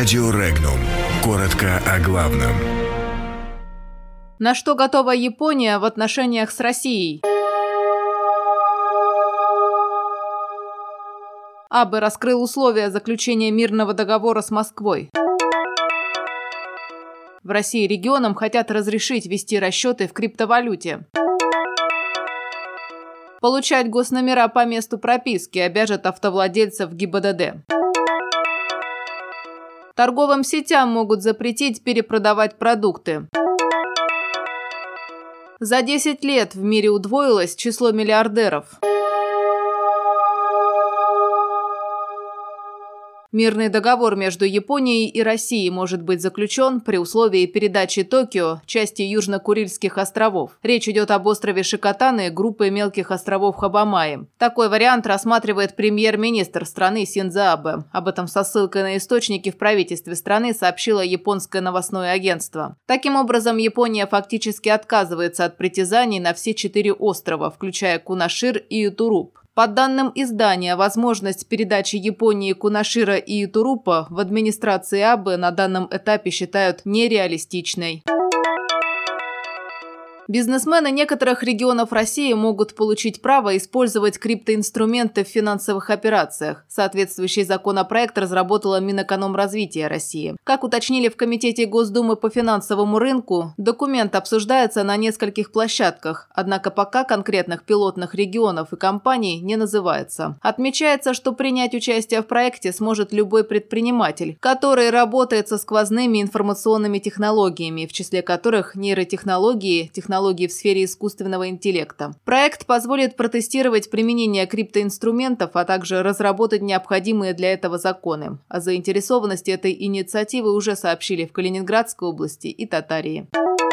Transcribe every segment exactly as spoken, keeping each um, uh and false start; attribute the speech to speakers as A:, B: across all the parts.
A: Радио Регнум. Коротко о главном.
B: На что готова Япония в отношениях с Россией? Абе раскрыл условия заключения мирного договора с Москвой. В России регионам хотят разрешить вести расчеты в криптовалюте. Получать госномера по месту прописки обяжет автовладельцев ГИБДД. Торговым сетям могут запретить перепродавать продукты. За десять лет в мире удвоилось число миллиардеров. Мирный договор между Японией и Россией может быть заключен при условии передачи Токио части Южно-Курильских островов. Речь идет об острове Шикотаны группы мелких островов Хабамаи. Такой вариант рассматривает премьер-министр страны Синдзо Абе. Об этом со ссылкой на источники в правительстве страны сообщило японское новостное агентство. Таким образом, Япония фактически отказывается от притязаний на все четыре острова, включая Кунашир и Ютуруп. По данным издания, возможность передачи Японии Кунашира и Ютурупа в администрации Абе на данном этапе считают нереалистичной. Бизнесмены некоторых регионов России могут получить право использовать криптоинструменты в финансовых операциях. Соответствующий законопроект разработала Минэкономразвития России. Как уточнили в Комитете Госдумы по финансовому рынку, документ обсуждается на нескольких площадках, однако пока конкретных пилотных регионов и компаний не называется. Отмечается, что принять участие в проекте сможет любой предприниматель, который работает со сквозными информационными технологиями, в числе которых нейротехнологии, технологии в сфере искусственного интеллекта. Проект позволит протестировать применение криптоинструментов, а также разработать необходимые для этого законы. О заинтересованности этой инициативы уже сообщили в Калининградской области и Татарии.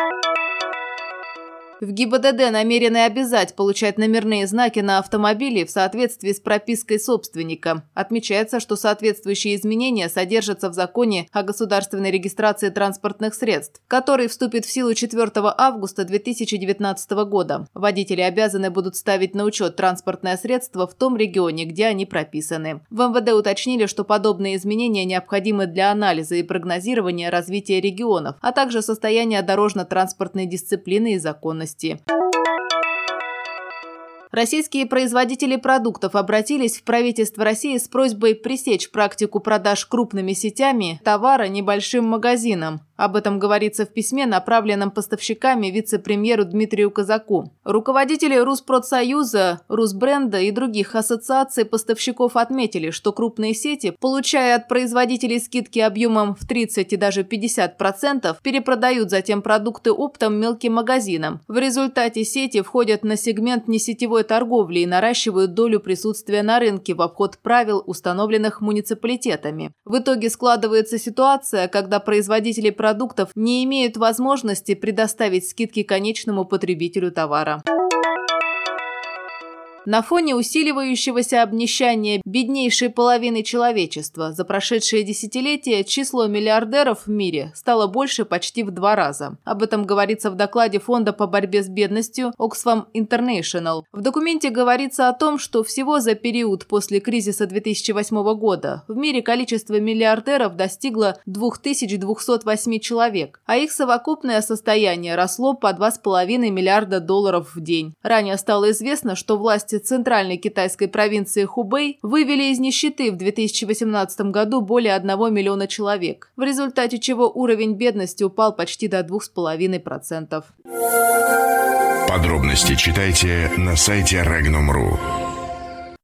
B: В ГИБДД намерены обязать получать номерные знаки на автомобили в соответствии с пропиской собственника. Отмечается, что соответствующие изменения содержатся в законе о государственной регистрации транспортных средств, который вступит в силу четвёртого августа две тысячи девятнадцатого года. Водители обязаны будут ставить на учет транспортное средство в том регионе, где они прописаны. В эм вэ дэ уточнили, что подобные изменения необходимы для анализа и прогнозирования развития регионов, а также состояния дорожно-транспортной дисциплины и законности. Российские производители продуктов обратились в правительство России с просьбой пресечь практику продаж крупными сетями товара небольшим магазинам. Об этом говорится в письме, направленном поставщиками вице-премьеру Дмитрию Казаку. Руководители Руспродсоюза, Русбренда и других ассоциаций поставщиков отметили, что крупные сети, получая от производителей скидки объемом в тридцать и даже пятьдесят процентов, перепродают затем продукты оптом мелким магазинам. В результате сети входят на сегмент несетевой торговли и наращивают долю присутствия на рынке в обход правил, установленных муниципалитетами. В итоге складывается ситуация, когда производители продуктов продуктов не имеют возможности предоставить скидки конечному потребителю товара. На фоне усиливающегося обнищания беднейшей половины человечества за прошедшие десятилетия число миллиардеров в мире стало больше почти в два раза. Об этом говорится в докладе Фонда по борьбе с бедностью Oxfam International. В документе говорится о том, что всего за период после кризиса две тысячи восьмого года в мире количество миллиардеров достигло две тысячи двести восемь человек, а их совокупное состояние росло по два с половиной миллиарда долларов в день. Ранее стало известно, что власти центральной китайской провинции Хубэй вывели из нищеты в две тысячи восемнадцатом году более одного миллиона человек, в результате чего уровень бедности упал почти до двух с половиной процентов.
A: Подробности читайте на сайте регнум точка ру.